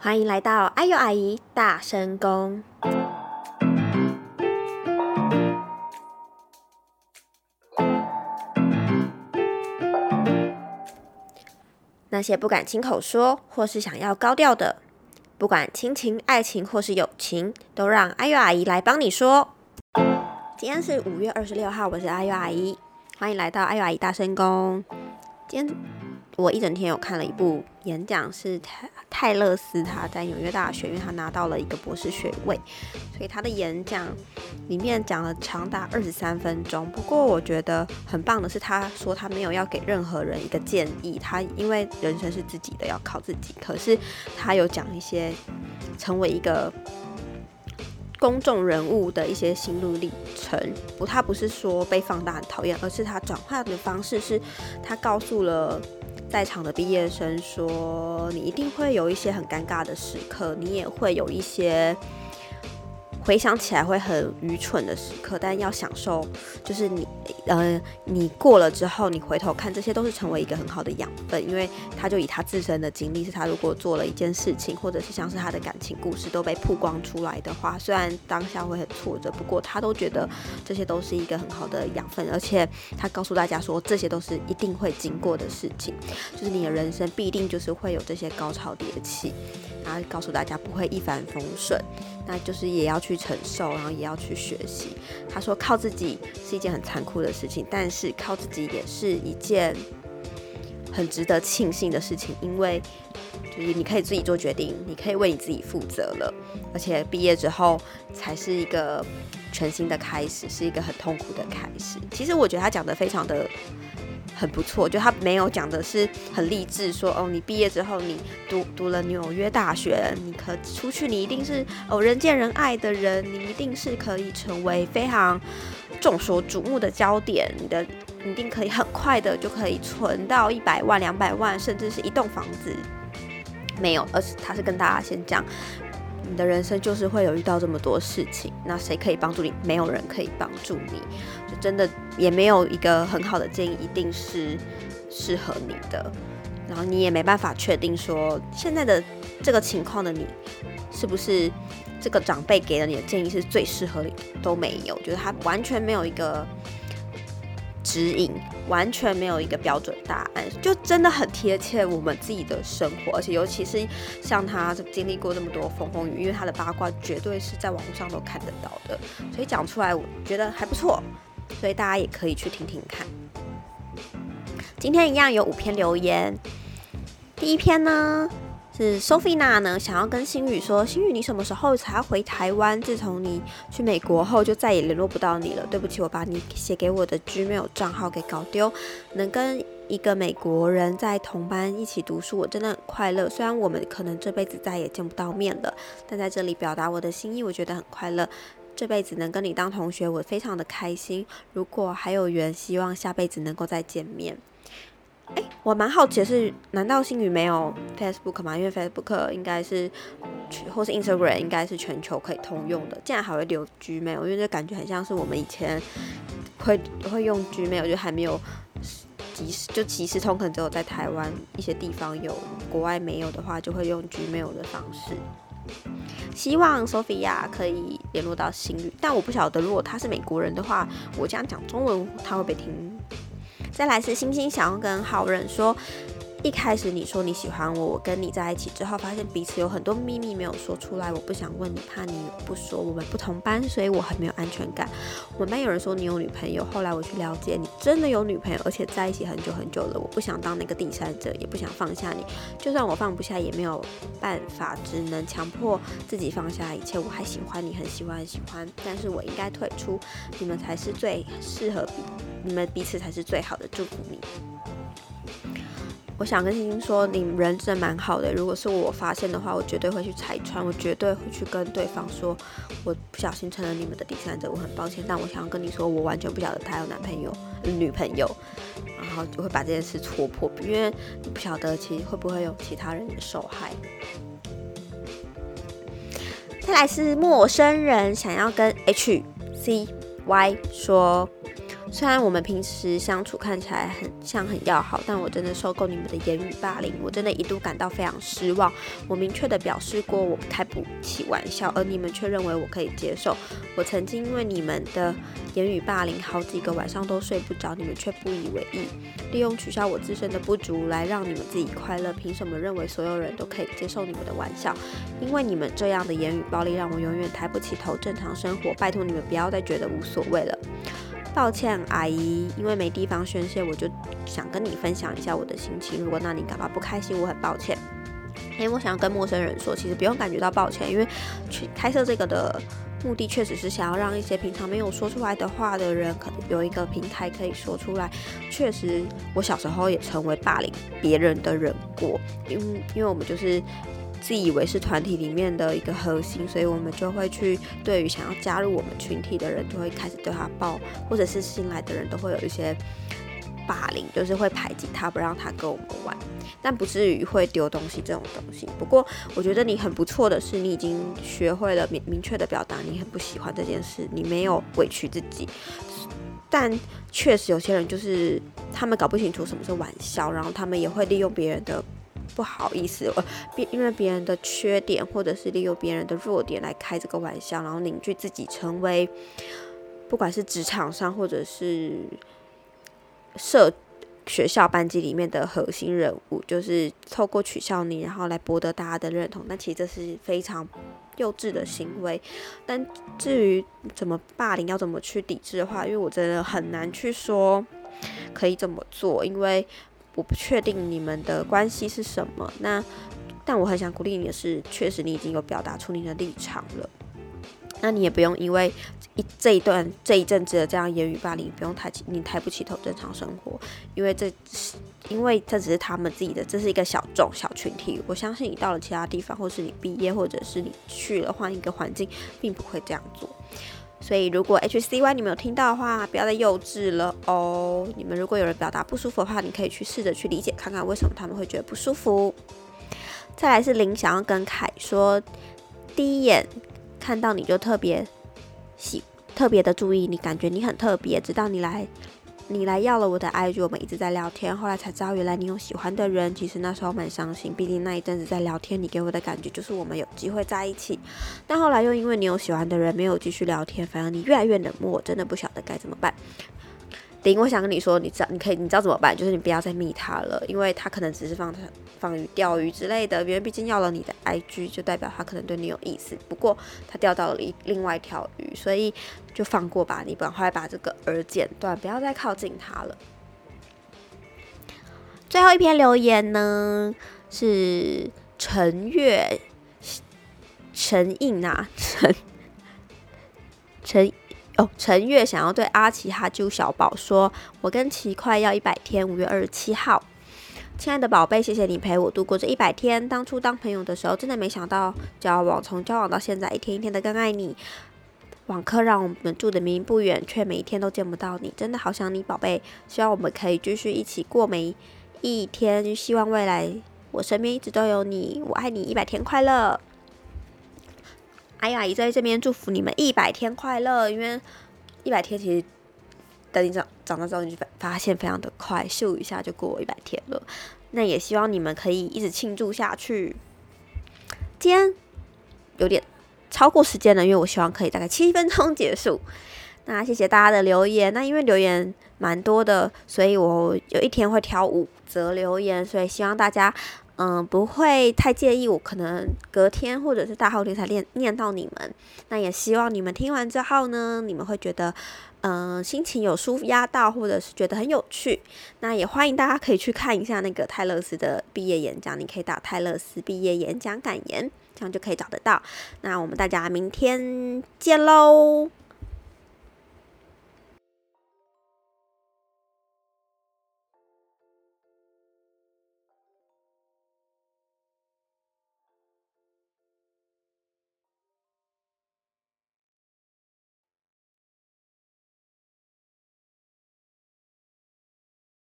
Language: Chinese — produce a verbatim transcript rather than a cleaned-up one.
欢迎来到哎呦阿姨大声公。那些不敢亲口说或是想要高调的，不管亲情、爱情或是友情，都让哎呦阿姨来帮你说。今天是五月二十六号，我是哎呦阿姨，欢迎来到哎呦阿姨大声公。今天我一整天有看了一部演讲，是泰泰勒斯他在纽约大学，因为他拿到了一个博士学位，所以他的演讲里面讲了长达二十三分钟。不过我觉得很棒的是，他说他没有要给任何人一个建议，他因为人生是自己的，要靠自己。可是他有讲一些成为一个公众人物的一些心路历程，不，他不是说被放大很讨厌，而是他转换的方式是，他告诉了在场的毕业生说，你一定会有一些很尴尬的时刻，你也会有一些回想起来会很愚蠢的时刻，但要享受，就是你，呃，你过了之后，你回头看，这些都是成为一个很好的养分。因为他就以他自身的经历，是他如果做了一件事情，或者是像是他的感情故事都被曝光出来的话，虽然当下会很挫折，不过他都觉得这些都是一个很好的养分，而且他告诉大家说，这些都是一定会经过的事情，就是你的人生必定就是会有这些高潮迭起，然后告诉大家不会一帆风顺。那就是也要去承受，然后也要去学习。他说靠自己是一件很残酷的事情，但是靠自己也是一件很值得庆幸的事情，因为就是你可以自己做决定，你可以为你自己负责了，而且毕业之后才是一个全新的开始，是一个很痛苦的开始。其实我觉得他讲的非常的很不错，就他没有讲的是很励志，说哦，你毕业之后你读读了纽约大学，你可出去你一定是哦人见人爱的人，你一定是可以成为非常众所瞩目的焦点，你的你一定可以很快的就可以存到一百万、两百万，甚至是一栋房子。没有，而是他是跟大家先讲，你的人生就是会有遇到这么多事情，那谁可以帮助你？没有人可以帮助你，就真的也没有一个很好的建议一定是适合你的，然后你也没办法确定说现在的这个情况的你是不是这个长辈给了你的建议是最适合你的，都没有，就是他完全没有一个指引，完全没有一个标准答案，就真的很贴切我们自己的生活，而且尤其是像他经历过这么多风风雨，因为他的八卦绝对是在网络上都看得到的，所以讲出来我觉得还不错，所以大家也可以去听听看。今天一样有五篇留言，第一篇呢是 Sophina 呢想要跟星宇说，星宇你什么时候才要回台湾？自从你去美国后就再也联络不到你了，对不起，我把你写给我的 Gmail 账号给搞丢。能跟一个美国人在同班一起读书，我真的很快乐，虽然我们可能这辈子再也见不到面了，但在这里表达我的心意，我觉得很快乐，这辈子能跟你当同学我非常的开心，如果还有缘，希望下辈子能够再见面。哎，我蛮好奇的是，难道星宇没有 Facebook 吗？因为 Facebook 应该是或是 Instagram 应该是全球可以通用的，竟然还会留 Gmail， 因为这感觉很像是我们以前会会用 Gmail， 就还没有即时就即时通，可能只有在台湾一些地方有，国外没有的话，就会用 Gmail 的方式。希望 Sophia 可以联络到星宇，但我不晓得如果他是美国人的话，我这样讲中文他会不会听？再来是星星想要跟好人说，一开始你说你喜欢我，我跟你在一起之后发现彼此有很多秘密没有说出来，我不想问你，怕你不说，我们不同班，所以我很没有安全感。我们班有人说你有女朋友，后来我去了解，你真的有女朋友，而且在一起很久很久了，我不想当那个第三者，也不想放下你，就算我放不下也没有办法，只能强迫自己放下一切。我还喜欢你，很喜欢很喜欢，但是我应该退出，你们才是最适合彼你们彼此才是最好的，祝福你。我想跟星星说，你人真的蛮好的，如果是我发现的话，我绝对会去拆穿，我绝对会去跟对方说，我不小心成了你们的第三者，我很抱歉，但我想要跟你说，我完全不晓得他有男朋友、女朋友，然后就会把这件事戳破，因为你不晓得其实会不会有其他人也受害。再来是陌生人想要跟 H C Y 说， 虽然我们平时相处看起来很像很要好，但我真的受够你们的言语霸凌，我真的一度感到非常失望。我明确的表示过我开不起玩笑，而你们却认为我可以接受。我曾经因为你们的言语霸凌，好几个晚上都睡不着，你们却不以为意，利用取笑我自身的不足来让你们自己快乐。凭什么认为所有人都可以接受你们的玩笑？因为你们这样的言语暴力，让我永远抬不起头，正常生活。拜托你们不要再觉得无所谓了。抱歉，阿姨，因为没地方宣泄，我就想跟你分享一下我的心情。如果让你感到不开心，我很抱歉。因为我想要跟陌生人说，其实不用感觉到抱歉，因为去开设这个的目的确实是想要让一些平常没有说出来的话的人，可能有一个平台可以说出来。确实，我小时候也成为霸凌别人的人过，因为因为我们就是自以为是团体里面的一个核心，所以我们就会去对于想要加入我们群体的人，就会开始对他爆，或者是新来的人都会有一些霸凌，就是会排挤他，不让他跟我们玩，但不至于会丢东西这种东西。不过我觉得你很不错的是，你已经学会了明明确的表达你很不喜欢这件事，你没有委屈自己。但确实有些人就是他们搞不清楚什么是玩笑，然后他们也会利用别人的不好意思，呃，因为别人的缺点或者是利用别人的弱点来开这个玩笑，然后凝聚自己成为不管是职场上或者是社学校班级里面的核心人物，就是透过取笑你，然后来博得大家的认同。但其实这是非常幼稚的行为。但至于怎么霸凌要怎么去抵制的话，因为我真的很难去说可以怎么做，因为我不确定你们的关系是什么。那但我很想鼓励你的是，确实你已经有表达出你的立场了。那你也不用因为一这一段这一阵子的这样言语霸凌，不用抬起你抬不起头正常生活，因为这因为这只是他们自己的，这是一个小众小群体。我相信你到了其他地方，或是你毕业，或者是你去了换一个环境，并不会这样做。所以如果 H C Y 你们有听到的话，不要再幼稚了哦。你们如果有人表达不舒服的话，你可以去试着去理解看看为什么他们会觉得不舒服。再来是林想要跟凯说，第一眼看到你就特别喜特别的注意你，感觉你很特别，直到你来你来要了我的 I G， 我们一直在聊天，后来才知道原来你有喜欢的人。其实那时候蛮伤心，毕竟那一阵子在聊天，你给我的感觉就是我们有机会在一起，但后来又因为你有喜欢的人没有继续聊天，反而你越来越冷漠，我真的不晓得该怎么办。林，我想跟你说，你知道，你可以，你知道怎么办？就是你不要再密他了，因为他可能只是放放鱼、钓鱼之类的。因为毕竟要了你的 I G， 就代表他可能对你有意思。不过他钓到了另外一条鱼，所以就放过吧。你赶快把这个饵剪断，不要再靠近他了。最后一篇留言呢，是陈月、陈印啊，陈陈。哦，陈月想要对阿奇哈啾小宝说，我跟奇快要一百天，五月二十七号。亲爱的宝贝，谢谢你陪我度过这一百天。当初当朋友的时候，真的没想到交往，从交往到现在，一天一天的更爱你。网课让我们住的明明不远，却每一天都见不到你，真的好想你，宝贝。希望我们可以继续一起过每一天，希望未来我身边一直都有你，我爱你，一百天快乐。哎呀，阿姨在这边祝福你们一百天快乐，因为一百天其实等你长长大之后，你就发现非常的快，咻一下就过一百天了。那也希望你们可以一直庆祝下去。今天有点超过时间了，因为我希望可以大概七分钟结束。那谢谢大家的留言。那因为留言蛮多的，所以我有一天会挑五则留言，所以希望大家嗯，不会太介意我可能隔天或者是大后天才念念到你们。那也希望你们听完之后呢，你们会觉得嗯心情有舒压到，或者是觉得很有趣。那也欢迎大家可以去看一下那个泰勒斯的毕业演讲，你可以打泰勒斯毕业演讲感言，这样就可以找得到。那我们大家明天见喽。